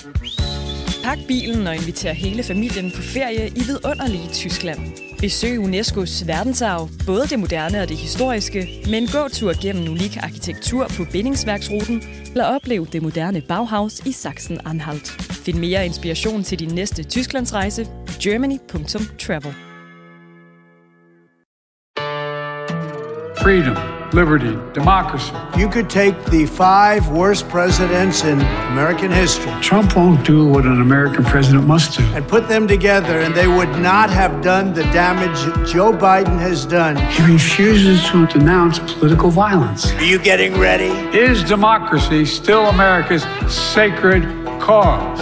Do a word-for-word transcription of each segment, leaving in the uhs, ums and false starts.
Pak bilen og inviter hele familien på ferie i vidunderlige Tyskland. Besøg UNESCO's verdensarv, både det moderne og det historiske, med en gåtur gennem unik arkitektur på bindingsværksruten, eller oplev det moderne Bauhaus i Sachsen-Anhalt. Find mere inspiration til din næste Tysklandsrejse på germany punktum travel. Freedom, liberty, democracy. You could take the five worst presidents in American history. Trump won't do what an American president must do. And put them together, and they would not have done the damage Joe Biden has done. He refuses to denounce political violence. Are you getting ready? Is democracy still America's sacred cause?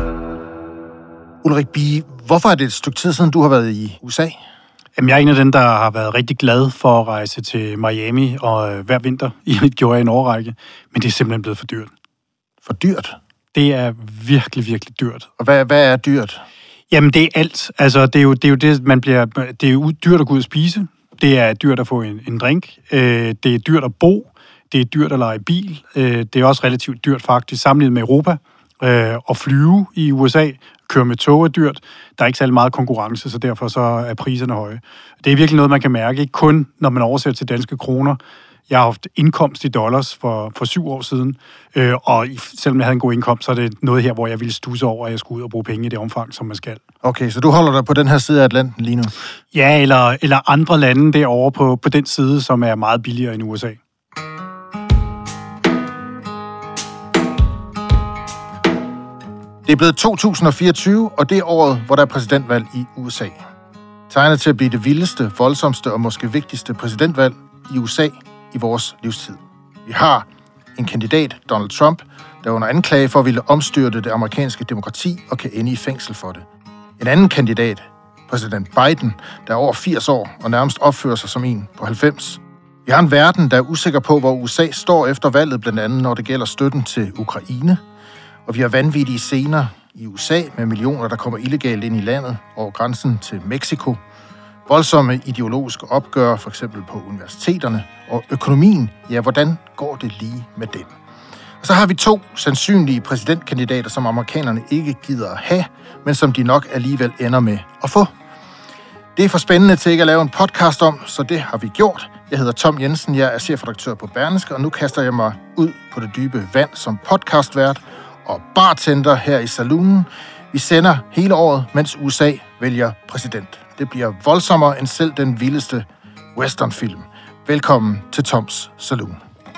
Ulrik Bie, hvorfor er det et stykke tid siden, du har været i U S A? Jamen, jeg er en af dem, der har været rigtig glad for at rejse til Miami og øh, hver vinter. I gjorde jeg en årrække, men det er simpelthen blevet for dyrt. For dyrt? Det er virkelig, virkelig dyrt. Og hvad, hvad er dyrt? Jamen, det er alt. Altså, det er jo det, er jo det man bliver... Det er jo dyrt at gå ud og spise. Det er dyrt at få en, en drink. Øh, det er dyrt at bo. Det er dyrt at lege bil. Øh, det er også relativt dyrt, faktisk, sammenlignet med Europa. Øh, at flyve i U S A, køre med tog er dyrt. Der er ikke særlig meget konkurrence, så derfor så er priserne høje. Det er virkelig noget, man kan mærke, ikke kun når man oversætter til danske kroner. Jeg har haft indkomst i dollars for, for syv år siden, øh, og selvom jeg havde en god indkomst, så er det noget her, hvor jeg ville studse over, at jeg skulle ud og bruge penge i det omfang, som man skal. Okay, så du holder dig på den her side af Atlanten lige nu? Ja, eller, eller andre lande derovre på, på den side, som er meget billigere end U S A. Det er blevet to tusind og fireogtyve, og det er året, hvor der er præsidentvalg i U S A. Tegnet til at blive det vildeste, voldsomste og måske vigtigste præsidentvalg i U S A i vores livstid. Vi har en kandidat, Donald Trump, der er under anklage for at ville omstyrte det amerikanske demokrati og kan ende i fængsel for det. En anden kandidat, præsident Biden, der er over firs år og nærmest opfører sig som en på halvfems. Vi har en verden, der er usikker på, hvor U S A står efter valget, blandt andet når det gælder støtten til Ukraine. Og vi har vanvittige scener i U S A med millioner, der kommer illegalt ind i landet over grænsen til Mexico. Voldsomme ideologiske opgør, for eksempel på universiteterne. Og økonomien, ja, hvordan går det lige med den? Og så har vi to sandsynlige præsidentkandidater, som amerikanerne ikke gider at have, men som de nok alligevel ender med at få. Det er for spændende til ikke at lave en podcast om, så det har vi gjort. Jeg hedder Tom Jensen, jeg er chefredaktør på Berlingske, og nu kaster jeg mig ud på det dybe vand som podcastvært og bartender her i saloonen. Vi sender hele året, mens U S A vælger præsident. Det bliver voldsommere end selv den vildeste westernfilm. Velkommen til Toms Saloon.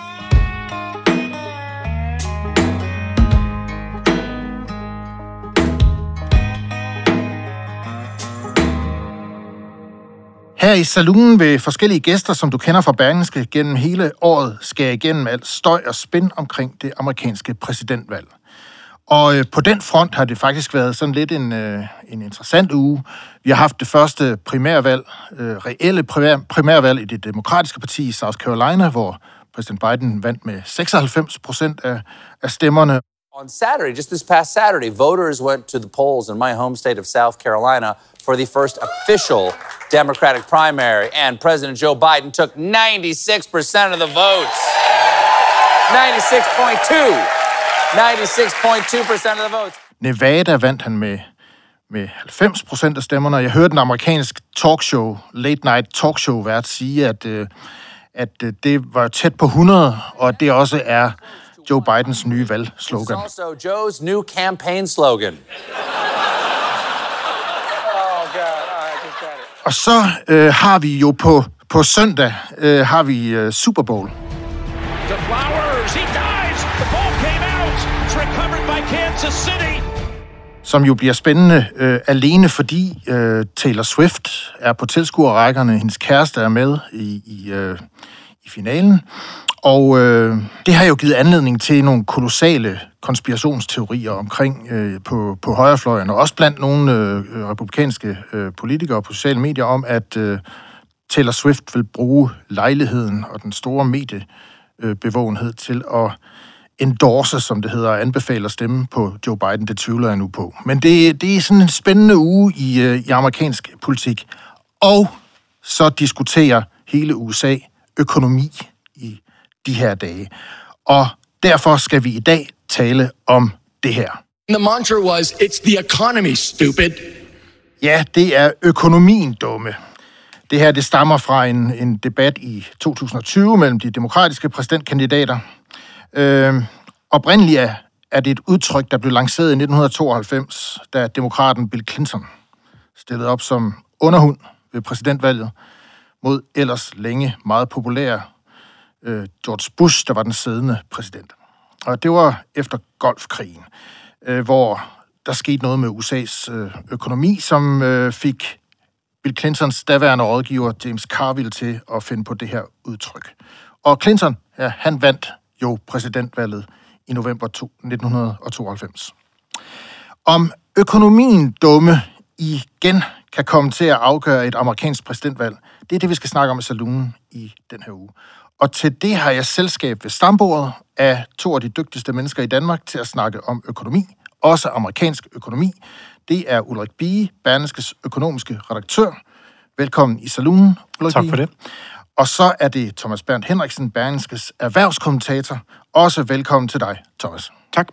Her i saloonen ved forskellige gæster, som du kender fra Berlingske gennem hele året, skal jeg igennem alt støj og spin omkring det amerikanske præsidentvalg. Og øh, på den front har det faktisk været sådan lidt en, øh, en interessant uge. Vi har haft det første primærvalg, øh, reelle primær, primærvalg i det demokratiske parti i South Carolina, hvor præsident Biden vandt med seksoghalvfems procent af, af stemmerne. On Saturday, just this past Saturday, voters went to the polls in my home state of South Carolina for the first official Democratic primary, and President Joe Biden took ninety-six percent of the votes. ninety-six point two. ninety-six point two percent of the votes. Nevada vandt han med, med halvfems procent af stemmerne. Jeg hørte en amerikansk talkshow, late night talkshow vært sige, at, øh, at øh, det var tæt på hundrede, og at det også er Joe Bidens nye valgslogan. It's also Joe's new campaign slogan. Og så øh, har vi jo på, på søndag øh, har vi øh, Super Bowl. The Flowers, he dives. The ball came out. It's recovered by Kansas City. Som jo bliver spændende øh, alene, fordi øh, Taylor Swift er på tilskuerrækkerne. Hendes kæreste er med i, i, øh, i finalen. Og øh, det har jo givet anledning til nogle kolossale konspirationsteorier omkring øh, på, på højrefløjen, og også blandt nogle øh, republikanske øh, politikere på sociale medier om, at øh, Taylor Swift vil bruge lejligheden og den store mediebevågenhed til at endorse, som det hedder, anbefale at stemme på Joe Biden. Det tvivler jeg nu på. Men det, det er sådan en spændende uge i, øh, i amerikansk politik. Og så diskuterer hele U S A økonomi i de her dage. Og derfor skal vi i dag tale om det her. The mantra was, it's the economy, stupid. Ja, det er økonomien, dumme. Det her, det stammer fra en, en debat i to tusind og tyve mellem de demokratiske præsidentkandidater. Øh, oprindeligt er, er det et udtryk, der blev lanceret i nitten tooghalvfems, da demokraten Bill Clinton stillede op som underhund ved præsidentvalget mod ellers længe meget populære øh, George Bush, der var den siddende præsident. Og det var efter Golfkrigen, øh, hvor der skete noget med U S A's øh, økonomi, som øh, fik Bill Clintons daværende rådgiver James Carville til at finde på det her udtryk. Og Clinton, ja, han vandt jo præsidentvalget i november nitten tooghalvfems. Om økonomien, dumme, igen kan komme til at afgøre et amerikansk præsidentvalg, det er det, vi skal snakke om i saloonen i den her uge. Og til det har jeg selskab ved stambordet af to af de dygtigste mennesker i Danmark til at snakke om økonomi, også amerikansk økonomi. Det er Ulrik Bie, Berlingskes økonomiske redaktør. Velkommen i saloonen, Ulrik Tak Bie. for det. Og så er det Thomas Bernd Henriksen, Berlingskes erhvervskommentator. Også velkommen til dig, Thomas. Tak.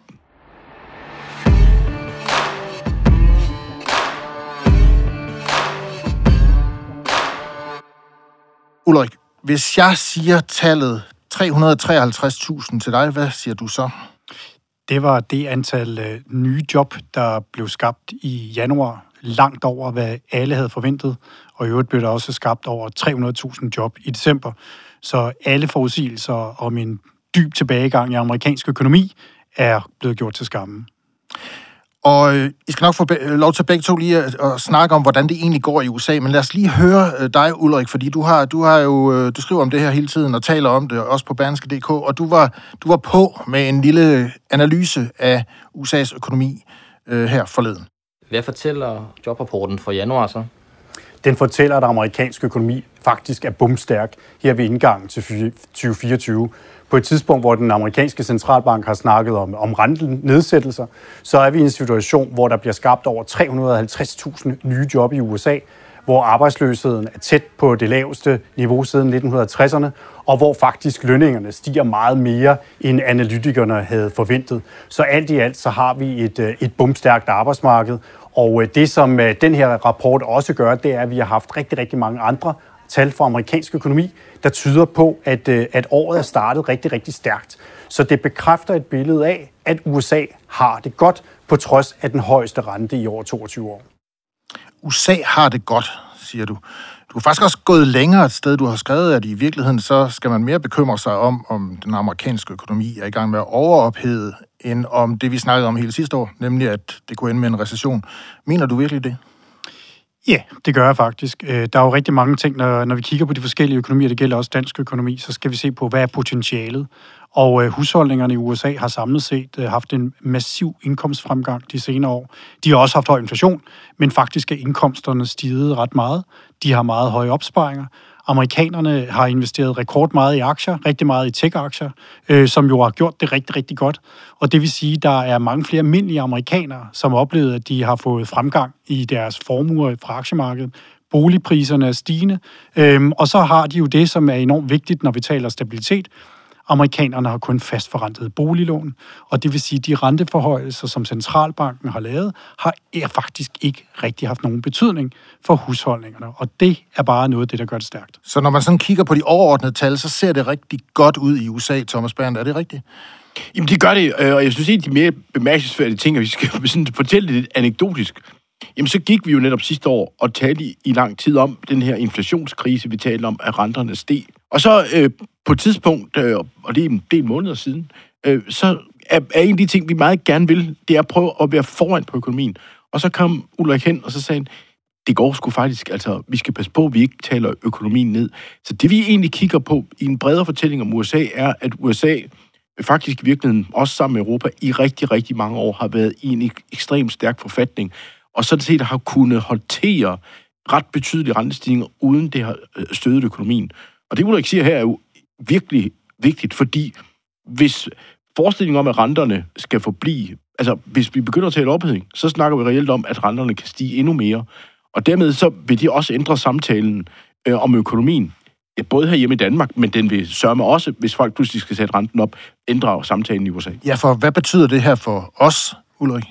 Ulrik, hvis jeg siger tallet tre hundrede og treoghalvtreds tusind til dig, hvad siger du så? Det var det antal øh, nye job, der blev skabt i januar, langt over, hvad alle havde forventet. Og i øvrigt blev der også skabt over tre hundrede tusind job i december. Så alle forudsigelser om en dyb tilbagegang i amerikansk økonomi er blevet gjort til skamme. Og øh, I skal nok få be- lov til begge to lige at, at snakke om, hvordan det egentlig går i U S A, men lad os lige høre øh, dig, Ulrik, fordi du har, du har jo, øh, du skriver om det her hele tiden og taler om det, også på Berlingske punktum d k, og du var, du var på med en lille analyse af U S A's økonomi øh, her forleden. Hvad fortæller jobrapporten for januar så? Den fortæller, at amerikansk økonomi faktisk er bumstærk her ved indgangen til tyve fireogtyve. På et tidspunkt, hvor den amerikanske centralbank har snakket om, om rentenedsættelser, så er vi i en situation, hvor der bliver skabt over tre hundrede og halvtreds tusind nye job i U S A, hvor arbejdsløsheden er tæt på det laveste niveau siden nitten tresserne, og hvor faktisk lønningerne stiger meget mere, end analytikerne havde forventet. Så alt i alt så har vi et, et bumstærkt arbejdsmarked, og det, som den her rapport også gør, det er, at vi har haft rigtig, rigtig mange andre tal for amerikansk økonomi, der tyder på, at, at året er startet rigtig, rigtig stærkt. Så det bekræfter et billede af, at U S A har det godt, på trods af den højeste rente i over toogtyve år. U S A har det godt, siger du. Du har faktisk også gået længere et sted. Du har skrevet, at i virkeligheden så skal man mere bekymre sig om, om den amerikanske økonomi er i gang med at overophede, end om det, vi snakkede om hele sidste år, nemlig at det kunne ende med en recession. Mener du virkelig det? Ja, det gør jeg faktisk. Der er jo rigtig mange ting, når, når vi kigger på de forskellige økonomier, det gælder også dansk økonomi, så skal vi se på, hvad er potentialet. Og øh, husholdningerne i U S A har samlet set øh, haft en massiv indkomstfremgang de senere år. De har også haft høj inflation, men faktisk er indkomsterne stiget ret meget. De har meget høje opsparinger. Amerikanerne har investeret rekordmeget i aktier, rigtig meget i tech-aktier, øh, som jo har gjort det rigtig, rigtig godt. Og det vil sige, at der er mange flere almindelige amerikanere, som har oplevet, at de har fået fremgang i deres formuer fra aktiemarkedet. Boligpriserne er stigende, øh, og så har de jo det, som er enormt vigtigt, når vi taler stabilitet. Amerikanerne har kun fastforrentede boliglån, og det vil sige, at de renteforhøjelser, som centralbanken har lavet, har faktisk ikke rigtig haft nogen betydning for husholdningerne, og det er bare noget af det, der gør det stærkt. Så når man sådan kigger på de overordnede tal, så ser det rigtig godt ud i U S A, Thomas Bernd. Er det rigtigt? Jamen, det gør det, og jeg synes, at de mere bemærkelsesværdige ting, at vi skal sådan fortælle det lidt anekdotisk. Jamen, så gik vi jo netop sidste år og talte i, i lang tid om den her inflationskrise, vi talte om, at renterne steg. Og så øh, på et tidspunkt, øh, og det er en del måneder siden, øh, så er, er en af de ting, vi meget gerne vil, det er at prøve at være foran på økonomien. Og så kom Ulrik hen, og så sagde han, det går sgu faktisk, altså vi skal passe på, at vi ikke taler økonomien ned. Så det vi egentlig kigger på i en bredere fortælling om U S A, er, at U S A faktisk i virkeligheden, også sammen med Europa, i rigtig, rigtig mange år har været i en ekstremt stærk forfatning, og sådan set har kunnet håndtere ret betydelige rentestigninger, uden det har stødet økonomien. Og det, Ulrik siger her, er jo virkelig vigtigt, fordi hvis forestillingen om, at renterne skal forblive, altså hvis vi begynder at tale ophedning, så snakker vi reelt om, at renterne kan stige endnu mere. Og dermed så vil de også ændre samtalen øh, om økonomien. Ja, både herhjemme i Danmark, men den vil sørge også, hvis folk pludselig skal sætte renten op, ændre samtalen i U S A. Ja, for hvad betyder det her for os, Ulrik?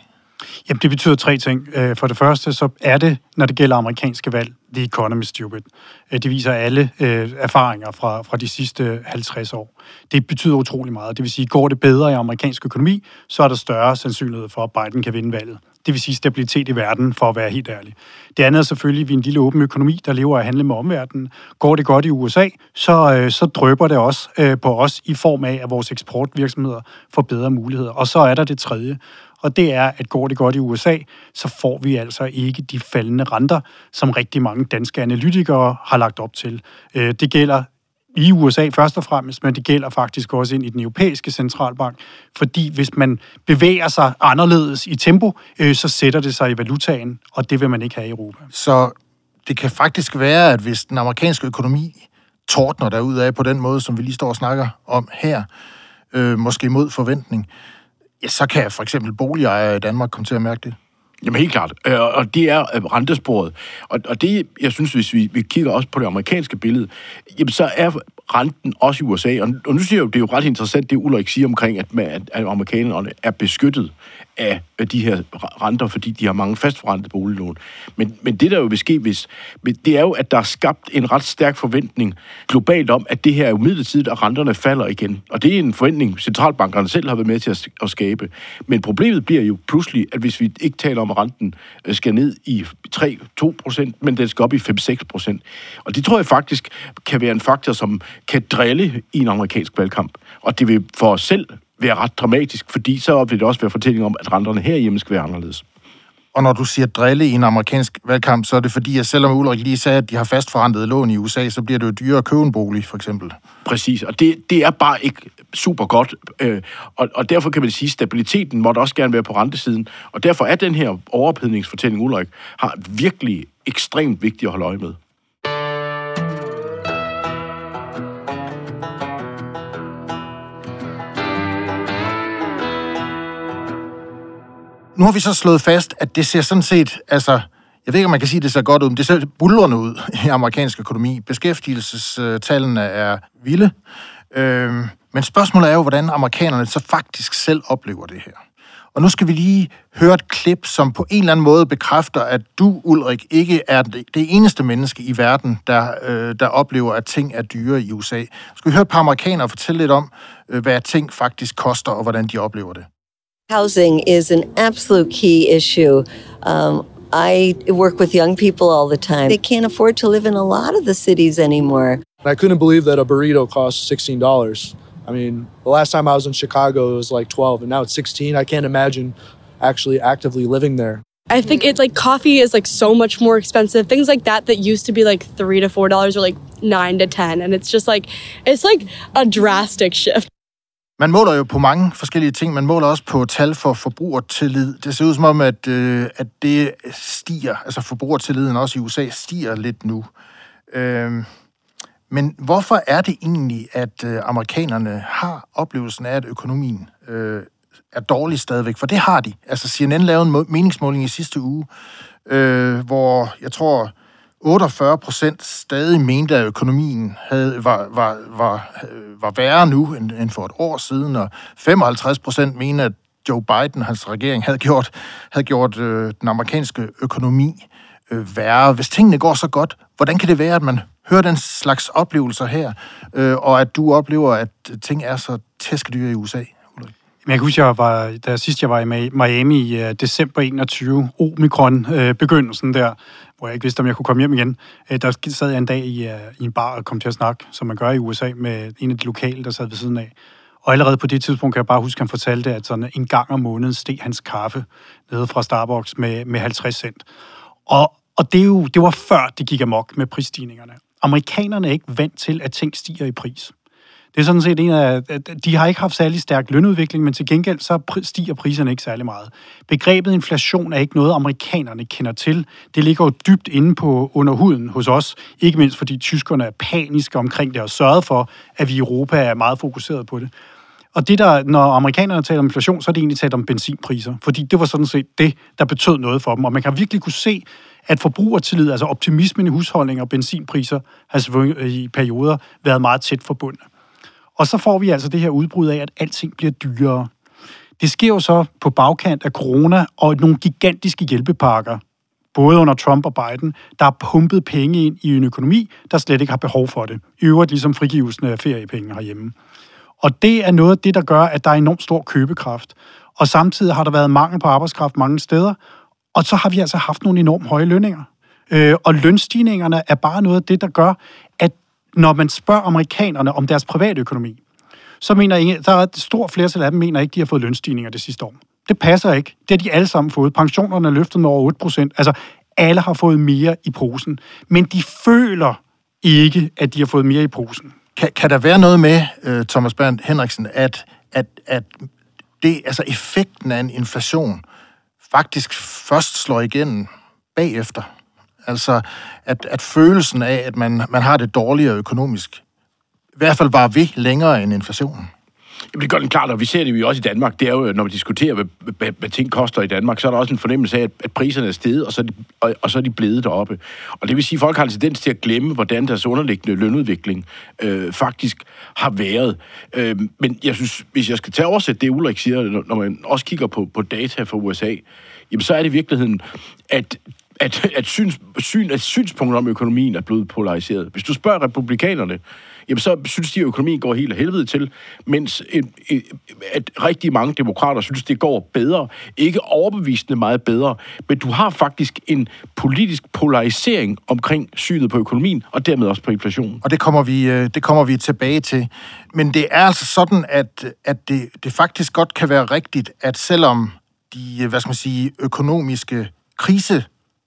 Jamen, det betyder tre ting. For det første, så er det, når det gælder amerikanske valg, the economy stupid. Det viser alle øh, erfaringer fra, fra de sidste halvtreds år. Det betyder utrolig meget. Det vil sige, går det bedre i amerikansk økonomi, så er der større sandsynlighed for, at Biden kan vinde valget. Det vil sige stabilitet i verden, for at være helt ærlig. Det andet er selvfølgelig, at vi er en lille åben økonomi, der lever af at handle med omverdenen. Går det godt i U S A, så, øh, så drypper det også øh, på os i form af, at vores eksportvirksomheder får bedre muligheder. Og så er der det tredje, og det er, at går det godt i U S A, så får vi altså ikke de faldende renter, som rigtig mange danske analytikere har lagt op til. Øh, det gælder i U S A først og fremmest, men det gælder faktisk også ind i den europæiske centralbank, fordi hvis man bevæger sig anderledes i tempo, øh, så sætter det sig i valutaen, og det vil man ikke have i Europa. Så det kan faktisk være, at hvis den amerikanske økonomi tordner derudad på den måde, som vi lige står og snakker om her, øh, måske mod forventning, ja, så kan for eksempel boligejere i Danmark komme til at mærke det. Jamen helt klart, og det er rentesporet. Og det, jeg synes, hvis vi, vi kigger også på det amerikanske billede, jamen så er renten også i U S A, og nu siger jeg jo, det er jo ret interessant, det Ulrik siger omkring, at, at amerikanerne er beskyttet af de her renter, fordi de har mange fastforrentede boliglån. Men, men det, der jo vil ske, hvis, det er jo, at der er skabt en ret stærk forventning globalt om, at det her er jo midlertidigt, og renterne falder igen. Og det er en forventning, centralbankerne selv har været med til at, at skabe. Men problemet bliver jo pludselig, at hvis vi ikke taler om, at renten skal ned i tre til to procent, men den skal op i fem til seks procent. Og det tror jeg faktisk kan være en faktor, som kan drille i en amerikansk valgkamp. Og det vil for os selv være ret dramatisk, fordi så vil det også være fortælling om, at renterne herhjemme skal være anderledes. Og når du siger drille i en amerikansk valgkamp, så er det fordi, at selvom Ulrik lige sagde, at de har fastforrentede lån i U S A, så bliver det jo dyrere at købe en bolig, for eksempel. Præcis, og det, det er bare ikke super godt. Øh, og, og derfor kan man sige, at stabiliteten måtte også gerne være på rentesiden. Og derfor er den her overophedningsfortælling, Ulrik har virkelig ekstremt vigtigt at holde øje med. Nu har vi så slået fast, at det ser sådan set, altså, jeg ved ikke, om man kan sige, at det ser godt ud, men det ser buldrende ud i amerikansk økonomi. Beskæftigelsestallene er vilde. Øh, men spørgsmålet er jo, hvordan amerikanerne så faktisk selv oplever det her. Og nu skal vi lige høre et klip, som på en eller anden måde bekræfter, at du, Ulrik, ikke er det eneste menneske i verden, der, øh, der oplever, at ting er dyre i U S A. Skal vi høre et par amerikanere fortælle lidt om, øh, hvad ting faktisk koster, og hvordan de oplever det? Housing is an absolute key issue. Um, I work with young people all the time. They can't afford to live in a lot of the cities anymore. I couldn't believe that a burrito costs sixteen dollars. I mean, the last time I was in Chicago, it was like twelve, and now it's sixteen. I can't imagine actually actively living there. I think it's like coffee is like so much more expensive. Things like that that used to be like three to four dollars are like nine to ten, and it's just like it's like a drastic shift. Man måler jo på mange forskellige ting. Man måler også på tal for forbrugertillid. Det ser ud som om, at, øh, at det stiger. Altså forbrugertilliden også i U S A stiger lidt nu. Øh, men hvorfor er det egentlig, at øh, amerikanerne har oplevelsen af, at økonomien øh, er dårlig stadigvæk? For det har de. Altså C N N lavede en meningsmåling i sidste uge, øh, hvor jeg tror otteogfyrre procent stadig mente, at økonomien havde, var, var, var, var værre nu end, end for et år siden, og femoghalvtreds procent mente, at Joe Biden, hans regering, havde gjort, havde gjort øh, den amerikanske økonomi øh, værre. Hvis tingene går så godt, hvordan kan det være, at man hører den slags oplevelser her, øh, og at du oplever, at ting er så tæskedyre i U S A? Jeg kan huske, jeg var, da sidst jeg var i Miami i uh, december enogtyve, Omikron-begyndelsen uh, der, hvor jeg ikke vidste, om jeg kunne komme hjem igen. Uh, der sad jeg en dag i, uh, i en bar og kom til at snakke, som man gør i U S A, med en af de lokale, der sad ved siden af. Og allerede på det tidspunkt kan jeg bare huske, at han fortalte, at sådan en gang om måneden steg hans kaffe nede fra Starbucks med, med halvtreds cent. Og, og det, er jo, det var før, det gik amok med prisstigningerne. Amerikanerne er ikke vant til, at ting stiger i pris. Det er sådan set en af, de har ikke haft særlig stærk lønudvikling, men til gengæld så stiger priserne ikke særlig meget. Begrebet inflation er ikke noget, amerikanerne kender til. Det ligger jo dybt inde på under huden hos os, ikke mindst fordi tyskerne er paniske omkring det og sørget for, at vi i Europa er meget fokuseret på det. Og det der, når amerikanerne taler om inflation, så er det egentlig talt om benzinpriser, fordi det var sådan set det, der betød noget for dem. Og man kan virkelig kunne se, at forbrugertillid, altså optimismen i husholdninger og benzinpriser, har i perioder været meget tæt forbundet. Og så får vi altså det her udbrud af, at alting bliver dyrere. Det sker jo så på bagkant af corona og nogle gigantiske hjælpepakker, både under Trump og Biden, der har pumpet penge ind i en økonomi, der slet ikke har behov for det. I øvrigt ligesom frigivelsen af feriepenge herhjemme. Og det er noget af det, der gør, at der er enormt stor købekraft. Og samtidig har der været mangel på arbejdskraft mange steder, og så har vi altså haft nogle enormt høje lønninger. Øh, og lønstigningerne er bare noget af det, der gør, at når man spørger amerikanerne om deres private økonomi, så mener ingen, der er et stort flertal af dem, mener ikke, de har fået lønstigninger det sidste år. Det passer ikke. Det har de alle sammen fået. Pensionerne er løftet med over otte procent. Altså, alle har fået mere i posen. Men de føler ikke, at de har fået mere i posen. Kan, kan der være noget med, uh, Thomas Bernd Henriksen, at, at, at det, altså effekten af en inflation faktisk først slår igennem bagefter? Altså, at, at følelsen af, at man, man har det dårligere økonomisk, i hvert fald var ved længere end inflationen. Jamen, det gør den klart, og vi ser det jo også i Danmark. Det er jo, når vi diskuterer, hvad, hvad, hvad ting koster i Danmark, så er der også en fornemmelse af, at, at priserne er steget, og så er, de, og, og så er de blevet deroppe. Og det vil sige, at folk har en tendens til at glemme, hvordan deres underliggende lønudvikling øh, faktisk har været. Øh, men jeg synes, hvis jeg skal tage oversætte det, Ulrik siger, når man også kigger på, på data fra U S A, jamen så er det i virkeligheden, at At, at, syns, syn, at synspunktet om økonomien er blevet polariseret. Hvis du spørger republikanerne, jamen så synes de, at økonomien går helt af helvede til, mens et, et, at rigtig mange demokrater synes, det går bedre. Ikke overbevisende meget bedre, men du har faktisk en politisk polarisering omkring synet på økonomien, og dermed også på inflationen. Og det kommer vi, det kommer vi tilbage til. Men det er altså sådan, at, at det, det faktisk godt kan være rigtigt, at selvom de, hvad skal man sige, økonomiske krise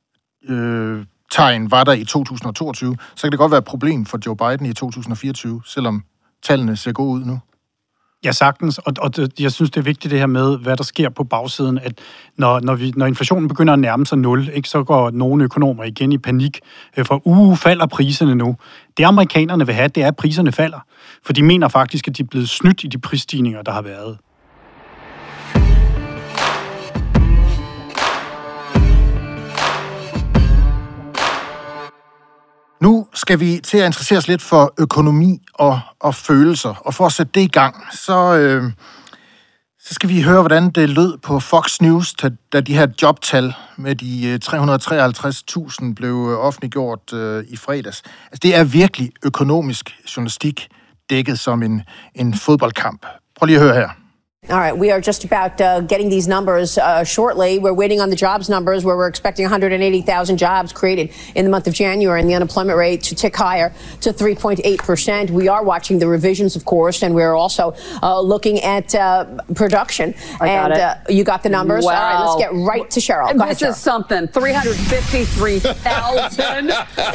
Øh, tegn var der i to tusind og toogtyve, så kan det godt være et problem for Joe Biden i to tusind og fireogtyve, selvom tallene ser gode ud nu. Ja, sagtens, og, og det, jeg synes, det er vigtigt det her med, hvad der sker på bagsiden, at når, når, vi, når inflationen begynder at nærme sig nul, ikke, så går nogle økonomer igen i panik, for uh, falder priserne nu. Det amerikanerne vil have, det er, at priserne falder, for de mener faktisk, at de er blevet snydt i de prisstigninger, der har været. Nu skal vi til at interessere os lidt for økonomi og, og følelser. Og for at sætte det i gang, så, øh, så skal vi høre, hvordan det lød på Fox News, da de her jobtal med de tre hundrede og treoghalvtreds tusind blev offentliggjort øh, i fredags. Altså, det er virkelig økonomisk journalistik dækket som en, en fodboldkamp. Prøv lige at høre her. All right, we are just about uh, getting these numbers uh, shortly. We're waiting on the jobs numbers where we're expecting one hundred eighty thousand jobs created in the month of January and the unemployment rate to tick higher to three point eight percent. We are watching the revisions, of course, and we're also uh, looking at uh, production. I got and it. Uh, you got the numbers? Wow. All right, let's get right to Cheryl. Go this ahead, is something. three hundred fifty-three thousand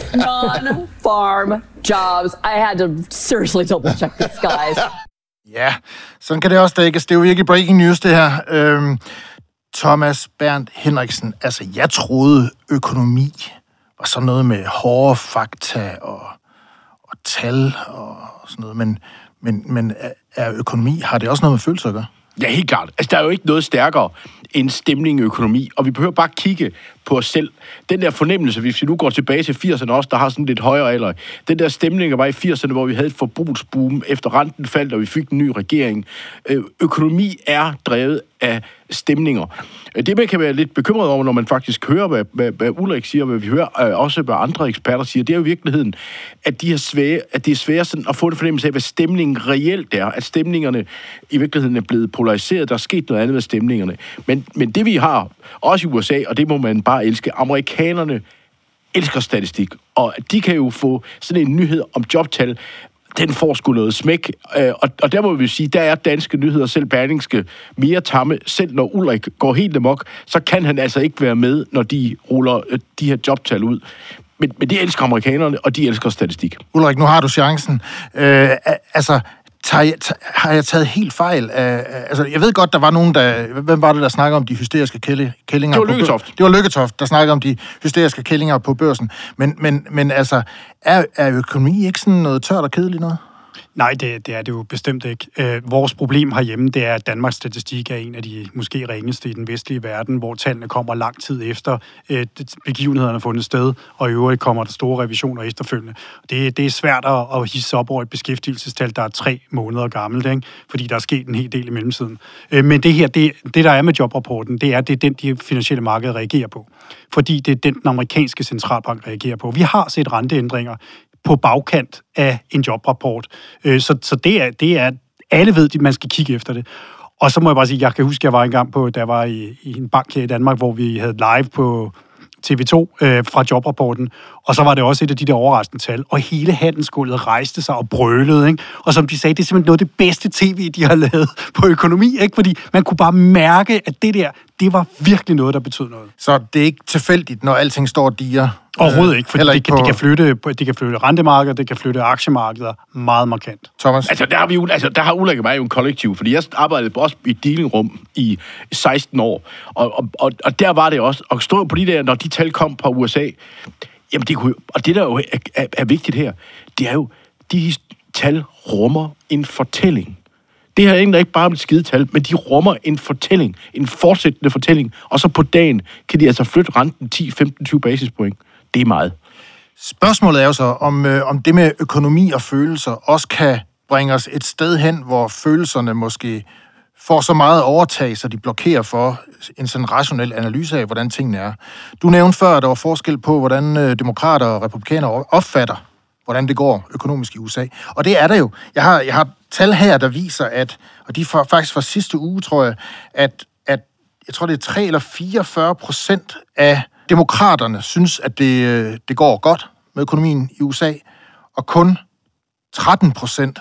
non-farm jobs. I had to seriously double check this, guys. Ja, sådan kan det også dækkes. Det er jo virkelig breaking news, det her. Øhm, Thomas Bernd Henriksen, altså jeg troede økonomi var sådan noget med hårde fakta og, og tal og sådan noget, men, men, men er økonomi, har det også noget med følelser at gøre? Ja, helt klart. Altså, der er jo ikke noget stærkere end stemning i økonomi, og vi behøver bare kigge på os selv. Den der fornemmelse, hvis vi nu går tilbage til firserne også, der har sådan lidt højere alder, den der stemning, der var i firserne, hvor vi havde et forbrugsboom, efter renten faldt, og vi fik en ny regering. Økonomi er drevet af stemninger. Det, man kan være lidt bekymret over, når man faktisk hører, hvad, hvad, hvad Ulrik siger, hvad vi hører, også hvad andre eksperter siger, det er jo i virkeligheden, at, de er svære, at det er svært sådan at få en fornemmelse af, hvad stemningen reelt er. At stemningerne i virkeligheden er blevet polariseret. Der er sket noget andet med stemningerne. Men, men det, vi har, også i U S A, og det må man bare elske, amerikanerne elsker statistik, og de kan jo få sådan en nyhed om jobtal, den får sgu noget smæk, og, og der må vi sige, der er danske nyheder, selv Berlingske, mere tamme. Selv når Ulrik går helt amok, så kan han altså ikke være med, når de ruller de her jobtal ud. Men, men de elsker amerikanerne, og de elsker statistik. Ulrik, nu har du chancen. Øh, altså, tager jeg, tager, har jeg taget helt fejl af... Altså, jeg ved godt, der var nogen, der... Hvem var det, der snakkede om de hysteriske kællinger? Det var Lykketoft. Det var Lykketoft, der snakkede om de hysteriske kællinger på børsen. Men, men, men altså, er, er økonomi ikke sådan noget tørt og kedeligt noget? Nej, det, det er det jo bestemt ikke. Øh, vores problem herhjemme, det er, at Danmarks statistik er en af de måske ringeste i den vestlige verden, hvor tallene kommer lang tid efter øh, begivenhederne er fundet sted, og i øvrigt kommer der store revisioner efterfølgende. Det, det er svært at, at hisse op over et beskæftigelsestal, der er tre måneder gammelt, ikke? Fordi der er sket en hel del i mellemtiden. Øh, men det her, det, det der er med jobrapporten, det er, det er den, de finansielle markeder reagerer på. Fordi det er den, den amerikanske centralbank reagerer på. Vi har set renteændringer på bagkant af en jobrapport. Så, så det, er, det er, alle ved, at man skal kigge efter det. Og så må jeg bare sige, jeg kan huske, at jeg var engang på, der var i, i en bank her i Danmark, hvor vi havde live på T V to øh, fra jobrapporten, og så var det også et af de der overraskende tal, og hele handelsgulvet rejste sig og brølede, ikke? Og som de sagde, det er simpelthen noget af det bedste tv, de har lavet på økonomi, ikke? Fordi man kunne bare mærke, at det der, det var virkelig noget, der betød noget. Så det er ikke tilfældigt, når alting står og diger? Overhovedet ikke, fordi det kan, på... det, kan flytte, det kan flytte rentemarkedet, det kan flytte aktiemarkeder meget markant. Thomas? Altså, der har, vi jo, altså, der har Ulrik og mig jo en kollektiv, fordi jeg arbejdede også i et dealingrum i seksten år, og, og, og, og der var det også, og stå på de der, når de tal kom fra U S A, jamen det kunne, og det der jo er, er, er vigtigt her, det er jo, de tal rummer en fortælling. Det her er egentlig ikke bare et skidetal, men de rummer en fortælling, en fortsættende fortælling, og så på dagen kan de altså flytte renten ti, femten, tyve basispoint. Det er meget. Spørgsmålet er jo så, om, øh, om det med økonomi og følelser også kan bringe os et sted hen, hvor følelserne måske får så meget overtag, så de blokerer for en sådan rationel analyse af, hvordan tingene er. Du nævnte før, at der var forskel på, hvordan øh, demokrater og republikanere opfatter, hvordan det går økonomisk i U S A. Og det er der jo. Jeg har, jeg har tal her, der viser, at, og de er fra, faktisk fra sidste uge, tror jeg, at, at jeg tror, det er tre eller fireogfyrre procent af demokraterne synes, at det, det går godt med økonomien i U S A, og kun tretten procent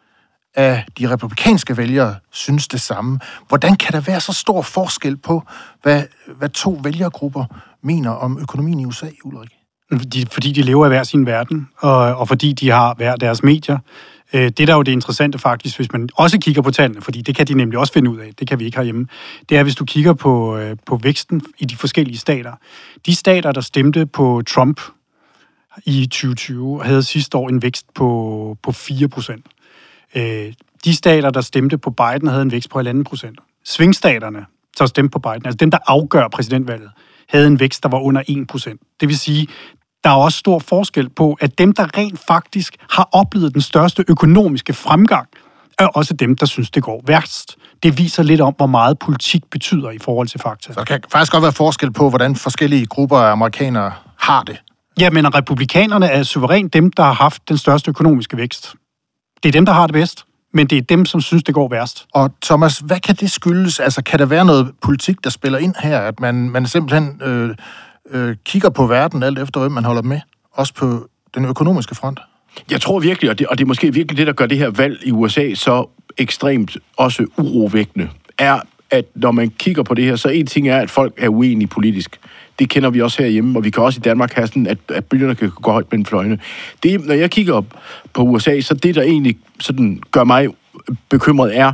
af de republikanske vælgere synes det samme. Hvordan kan der være så stor forskel på, hvad, hvad to vælgergrupper mener om økonomien i U S A, Ulrik? De, fordi de lever i hver sin verden, og, og fordi de har hver deres medier. Det der er jo det interessante faktisk, hvis man også kigger på tallene, fordi det kan de nemlig også finde ud af, det kan vi ikke herhjemme, det er, hvis du kigger på, på væksten i de forskellige stater. De stater, der stemte på Trump i tyve tyve, havde sidste år en vækst på, på fire procent. De stater, der stemte på Biden, havde en vækst på halvanden procent. Svingstaterne, der stemte på Biden, altså dem, der afgør præsidentvalget, havde en vækst, der var under en procent. Det vil sige, der er også stor forskel på, at dem, der rent faktisk har oplevet den største økonomiske fremgang, er også dem, der synes, det går værst. Det viser lidt om, hvor meget politik betyder i forhold til fakta. Så der kan faktisk godt være forskel på, hvordan forskellige grupper af amerikanere har det. Ja, men republikanerne er suverænt dem, der har haft den største økonomiske vækst. Det er dem, der har det bedst, men det er dem, som synes, det går værst. Og Thomas, hvad kan det skyldes? Altså, kan der være noget politik, der spiller ind her, at man, man simpelthen øh, øh, kigger på verden alt efter, hvem man holder med, også på den økonomiske front? Jeg tror virkelig, og det, og det er måske virkelig det, der gør det her valg i U S A så ekstremt også urovækkende, er, at når man kigger på det her, så en ting er, at folk er uenige politisk. Det kender vi også herhjemme, og vi kan også i Danmark have sådan, at, at bølgerne kan gå højt mellem fløjene. Det, når jeg kigger på U S A, så det, der egentlig sådan gør mig bekymret, er,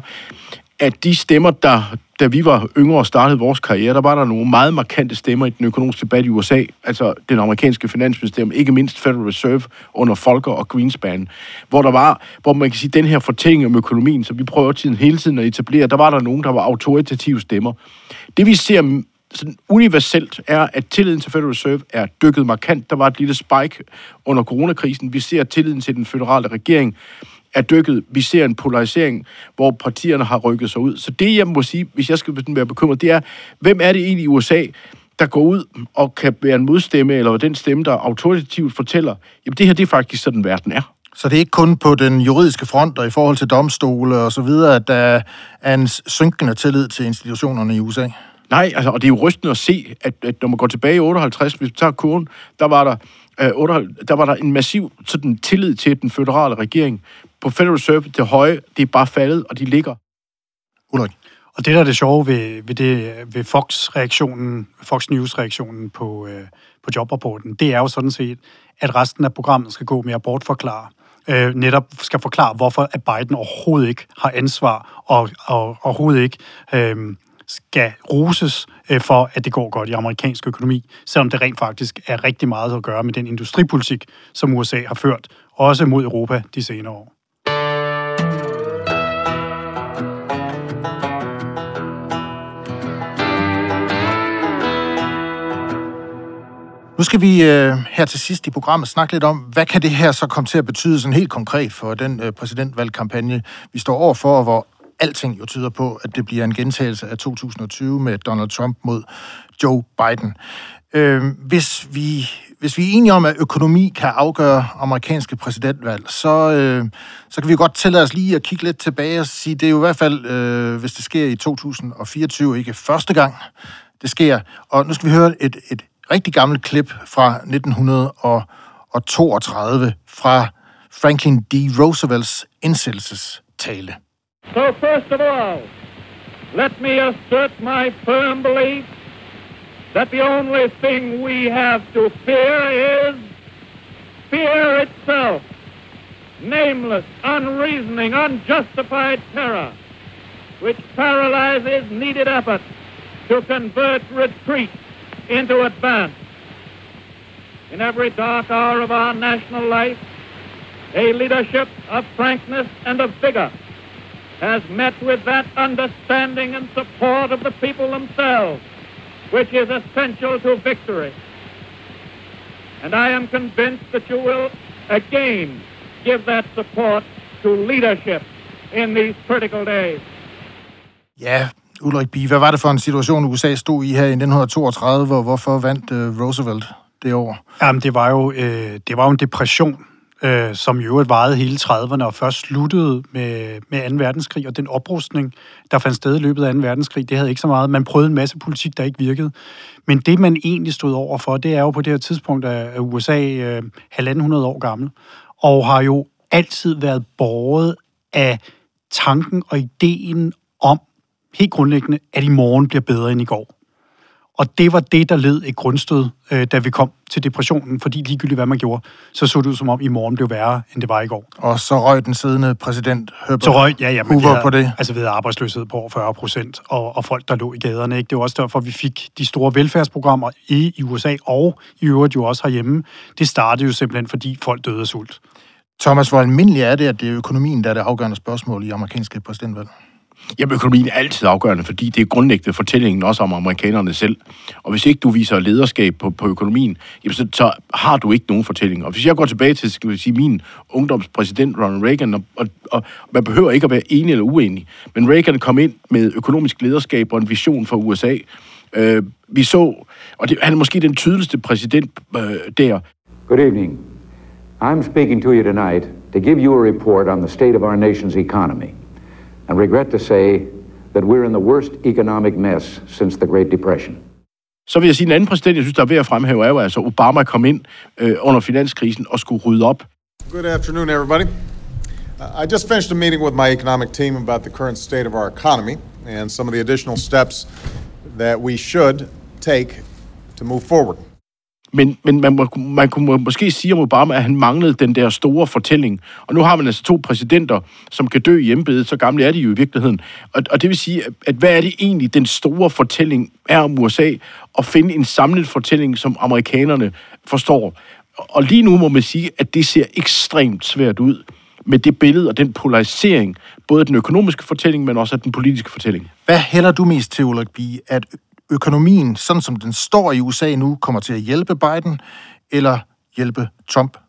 at de stemmer, der, da vi var yngre og startede vores karriere, der var der nogle meget markante stemmer i den økonomiske debat i U S A, altså den amerikanske finansministerium, ikke mindst Federal Reserve under Volcker og Greenspan, hvor der var, hvor man kan sige, den her fortælling om økonomien, som vi prøver tiden hele tiden at etablere, der var der nogen, der var autoritative stemmer. Det vi ser sådan universelt er, at tilliden til Federal Reserve er dykket markant. Der var et lille spike under coronakrisen. Vi ser, at tilliden til den føderale regering er dykket. Vi ser en polarisering, hvor partierne har rykket sig ud. Så det, jeg må sige, hvis jeg skal være bekymret, det er, hvem er det egentlig i U S A, der går ud og kan være en modstemme, eller den stemme, der autoritativt fortæller, jamen det her, det er faktisk sådan, verden er. Så det er ikke kun på den juridiske front og i forhold til domstole og så videre, at der er en synkende tillid til institutionerne i U S A? Nej, altså, og det er jo rystende at se, at, at når man går tilbage i otteoghalvtreds, hvis vi tager kurven, der var der, øh, otteoghalvtreds, der var der en massiv sådan, tillid til den føderale regering. På Federal Reserve, det høje, det er bare faldet, og de ligger. Ulrik. Og det, der er det sjove ved, ved, det, ved Fox-reaktionen, Fox News-reaktionen på, øh, på jobrapporten, det er jo sådan set, at resten af programmet skal gå med at bortforklare. Øh, netop skal forklare, hvorfor at Biden overhovedet ikke har ansvar, og, og overhovedet ikke øh, skal roses øh, for, at det går godt i amerikansk økonomi, selvom det rent faktisk er rigtig meget at gøre med den industripolitik, som U S A har ført, også mod Europa de senere år. Nu skal vi øh, her til sidst i programmet snakke lidt om, hvad kan det her så komme til at betyde sådan helt konkret for den øh, præsidentvalgkampagne, vi står overfor, hvor alting jo tyder på, at det bliver en gentagelse af to tusind og tyve med Donald Trump mod Joe Biden. Øh, hvis, vi, hvis vi er enige om, at økonomi kan afgøre amerikanske præsidentvalg, så, øh, så kan vi godt tillade os lige at kigge lidt tilbage og sige, det er jo i hvert fald, øh, hvis det sker i to tusind og fireogtyve, ikke første gang det sker. Og nu skal vi høre et, et rigtig gammelt klip fra nitten toogtredive fra Franklin D. Roosevelts indsættelsestale. So first of all, let me assert my firm belief that the only thing we have to fear is fear itself. Nameless, unreasoning, unjustified terror, which paralyzes needed effort to convert retreat into advance. In every dark hour of our national life, a leadership of frankness and of vigor has met with that understanding and support of the people themselves, which is essential to victory. And I am convinced that you will again give that support to leadership in these critical days. Ja, Ulrik Bie, hvad var det for en situation, U S A stod i her i nitten toogtredive, og hvorfor vandt uh, Roosevelt det år? Jamen, det var jo, øh, det var jo en depression, øh, som i øvrigt varede hele trediverne og først sluttede med, med anden verdenskrig, og den oprustning, der fandt sted i løbet af anden verdenskrig, det havde ikke så meget. Man prøvede en masse politik, der ikke virkede. Men det, man egentlig stod over for, det er jo på det her tidspunkt, at U S A øh, halvanden hundrede år gammel, og har jo altid været båret af tanken og ideen om, helt grundlæggende, at i morgen bliver bedre end i går. Og det var det, der led et grundstød, øh, da vi kom til depressionen, fordi ligegyldigt hvad man gjorde, så så det ud som om, i morgen blev værre, end det var i går. Og så røg den siddende præsident Herbert så røg, ja, ja, Hoover havde, på det. Altså ved arbejdsløshed på over fyrre procent, og, og folk, der lå i gaderne. Ikke? Det var også derfor, vi fik de store velfærdsprogrammer i, i U S A, og i øvrigt jo også herhjemme. Det startede jo simpelthen, fordi folk døde af sult. Thomas, hvor almindeligt er det, at det er økonomien, der er det afgørende spørgsmål i amerikanske præsidentvalg? Jamen, økonomien er altid afgørende, fordi det er grundlæggende fortællingen også om amerikanerne selv. Og hvis ikke du viser lederskab på, på økonomien, jamen så, så har du ikke nogen fortælling. Og hvis jeg går tilbage til, skal vi sige, min ungdomspræsident Ronald Reagan, og, og, og man behøver ikke at være enig eller uenig, men Reagan kom ind med økonomisk lederskab og en vision for U S A. Øh, vi så, og det, han er måske den tydeligste præsident øh, der. Good evening. I'm speaking to you tonight to give you a report on the state of our nation's economy. And regret to say that we're in the worst economic mess since the Great Depression. Så vil jeg sige, en anden præsident, jeg synes, der er ved at fremhæve, er jo altså, Obama kom ind øh, under finanskrisen og skulle rydde op. Good afternoon, everybody. Uh, I just finished a meeting with my economic team about the current state of our economy and some of the additional steps that we should take to move forward. Men, men man, må, man kunne måske sige om Obama, at han manglede den der store fortælling. Og nu har man altså to præsidenter, som kan dø i embedet, så gamle er de jo i virkeligheden. Og, og det vil sige, at hvad er det egentlig, den store fortælling er om U S A, at finde en samlet fortælling, som amerikanerne forstår. Og lige nu må man sige, at det ser ekstremt svært ud med det billede og den polarisering, både den økonomiske fortælling, men også den politiske fortælling. Hvad hælder du mest til, Ulrik Bie, at økonomien, sådan som den står i U S A nu, kommer til at hjælpe Biden eller hjælpe Trump?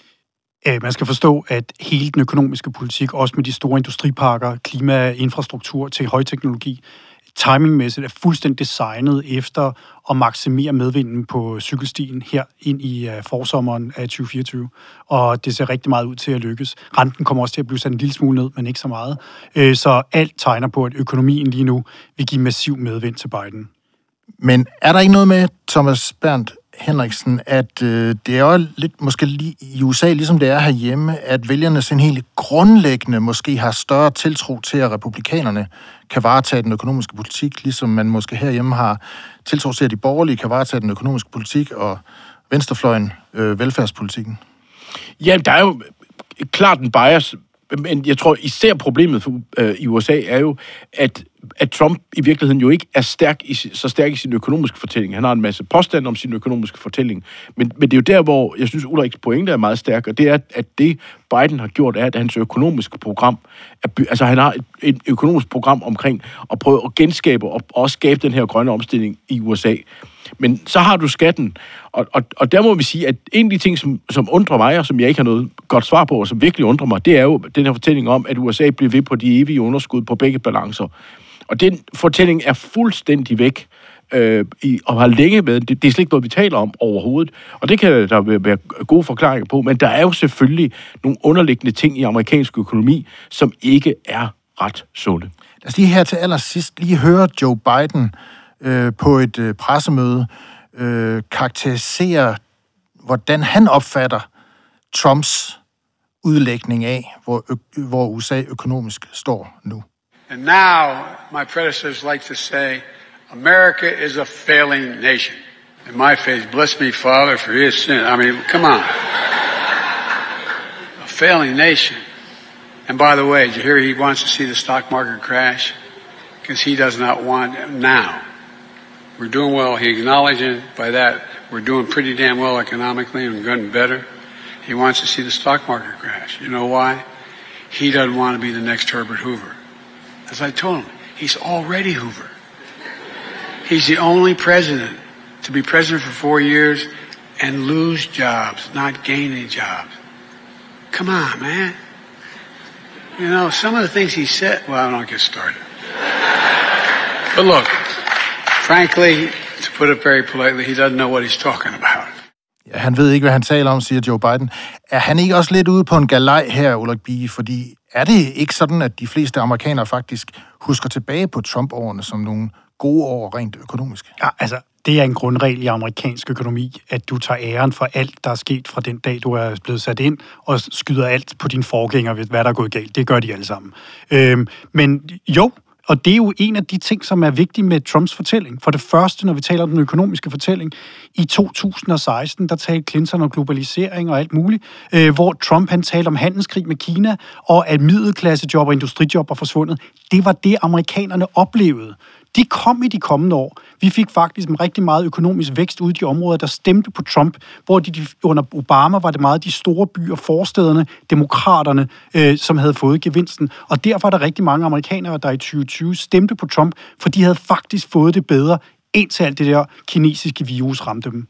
Man skal forstå, at hele den økonomiske politik, også med de store industriparker, klima, infrastruktur til højteknologi, timingmæssigt er fuldstændig designet efter at maksimere medvinden på cykelstien her ind i forsommeren af tyve fireogtyve. Og det ser rigtig meget ud til at lykkes. Renten kommer også til at blive sat en lille smule ned, men ikke så meget. Så alt tegner på, at økonomien lige nu vil give massiv medvind til Biden. Men er der ikke noget med, Thomas Berndt Henriksen, at øh, det er jo lidt måske lige i U S A, ligesom det er herhjemme, at vælgerne sådan helt grundlæggende måske har større tiltro til, at republikanerne kan varetage den økonomiske politik, ligesom man måske herhjemme har tiltro til, at de borgerlige kan varetage den økonomiske politik, og venstrefløjen øh, velfærdspolitikken? Ja, der er jo klart en bias, men jeg tror især problemet for, øh, i U S A er jo, at at Trump i virkeligheden jo ikke er stærk i, så stærk i sin økonomiske fortælling. Han har en masse påstande om sin økonomiske fortælling. Men, men det er jo der, hvor jeg synes, Ulriks pointe er meget stærk, og det er, at det Biden har gjort, er, at hans økonomiske program, er, altså han har et, et økonomisk program omkring at prøve at genskabe og også skabe den her grønne omstilling i U S A. Men så har du skatten, og, og, og der må vi sige, at en af de ting, som, som undrer mig, og som jeg ikke har noget godt svar på, og som virkelig undrer mig, det er jo den her fortælling om, at U S A bliver ved på de evige underskud på begge balancer. Og den fortælling er fuldstændig væk, øh, i, og har længe været. Det, det er slet ikke noget, vi taler om overhovedet. Og det kan der være gode forklaringer på, men der er jo selvfølgelig nogle underliggende ting i amerikansk økonomi, som ikke er ret sunde. Lad os lige her til allersidst lige høre Joe Biden øh, på et øh, pressemøde øh, karakterisere, hvordan han opfatter Trumps udlægning af, hvor, ø- hvor U S A økonomisk står nu. And now, my predecessors like to say, America is a failing nation. In my faith, bless me, Father, for his sin. I mean, come on. A failing nation. And by the way, did you hear he wants to see the stock market crash? Because he does not want it now. We're doing well. He acknowledged by that we're doing pretty damn well economically and getting better. He wants to see the stock market crash. You know why? He doesn't want to be the next Herbert Hoover. As I told him, he's already Hoover. He's the only president to be president for four years and lose jobs, not gain any jobs. Come on, man. You know, some of the things he said, well, I don't get started. But look, frankly, to put it very politely, he doesn't know what he's talking about. Ja, han ved ikke, hvad han taler om, siger Joe Biden. Er han ikke også lidt ude på en galej her, Ulrik Bie? Fordi er det ikke sådan, at de fleste amerikanere faktisk husker tilbage på Trump-årene som nogle gode år rent økonomisk? Ja, altså, det er en grundregel i amerikansk økonomi, at du tager æren for alt, der er sket fra den dag, du er blevet sat ind, og skyder alt på dine forgængere, ved hvad der er gået galt. Det gør de alle sammen. Øhm, men jo, og det er jo en af de ting, som er vigtige med Trumps fortælling. For det første, når vi taler om den økonomiske fortælling, i to tusind og seksten, der talte Clinton om globalisering og alt muligt, øh, hvor Trump han talte om handelskrig med Kina, og at middelklassejob og industrijob var forsvundet. Det var det, amerikanerne oplevede. De kom i de kommende år. Vi fik faktisk en rigtig meget økonomisk vækst ud i de områder, der stemte på Trump, hvor de, under Obama var det meget de store byer, forstederne, demokraterne, øh, som havde fået gevinsten. Og derfor er der rigtig mange amerikanere, der i tyve tyve stemte på Trump, for de havde faktisk fået det bedre, indtil alt det der kinesiske virus ramte dem.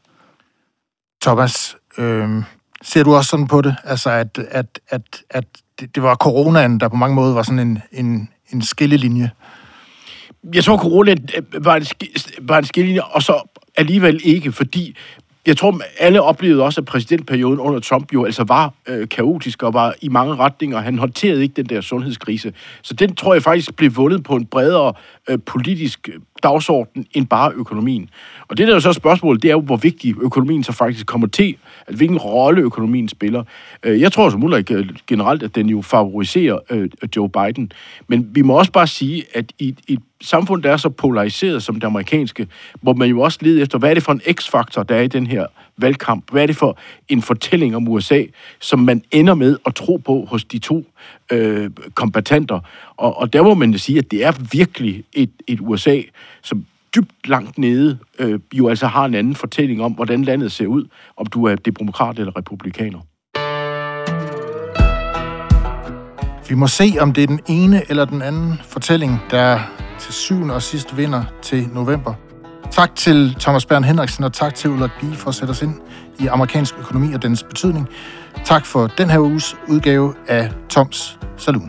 Thomas, øh, ser du også sådan på det? Altså, at, at, at, at det, det var coronaen, der på mange måder var sådan en, en, en skillelinje? Jeg tror, corona var en, var en skillelinje, og så alligevel ikke, fordi jeg tror, alle oplevede også, at præsidentperioden under Trump jo altså var øh, kaotisk og var i mange retninger. Han håndterede ikke den der sundhedskrise. Så den tror jeg faktisk blev vundet på en bredere øh, politisk dagsorden end bare økonomien. Og det der er så spørgsmålet, det er jo, hvor vigtig økonomien så faktisk kommer til, at hvilken rolle økonomien spiller. Jeg tror som Ulrik generelt, at den jo favoriserer øh, Joe Biden. Men vi må også bare sige, at i et samfund, der er så polariseret som det amerikanske, hvor man jo også leder efter, hvad er det for en x-faktor, der er i den her valgkamp? Hvad er det for en fortælling om U S A, som man ender med at tro på hos de to øh, kombattanter? Og, og der må man sige, at det er virkelig et, et U S A, som dybt langt nede, øh, jo altså har en anden fortælling om, hvordan landet ser ud, om du er demokrat eller republikaner. Vi må se, om det er den ene eller den anden fortælling, der til syvende og sidst vinder til november. Tak til Thomas Bern Henriksen, og tak til Ulrik Bie for at sætte os ind i amerikansk økonomi og dens betydning. Tak for den her uges udgave af Toms Saloon.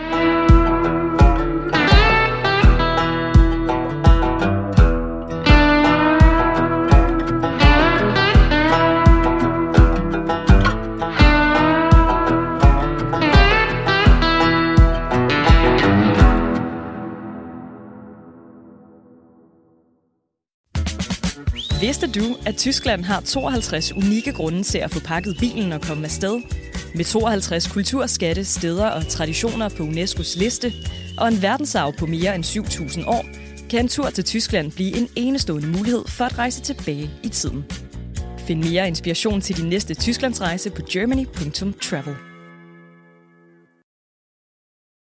Vidste du, at Tyskland har tooghalvtreds unikke grunde til at få pakket bilen og komme afsted? Med tooghalvtreds kulturskatte, steder og traditioner på UNESCOs liste og en verdensarv på mere end syv tusind år, kan en tur til Tyskland blive en enestående mulighed for at rejse tilbage i tiden. Find mere inspiration til din næste Tysklandsrejse på germany punktum travel.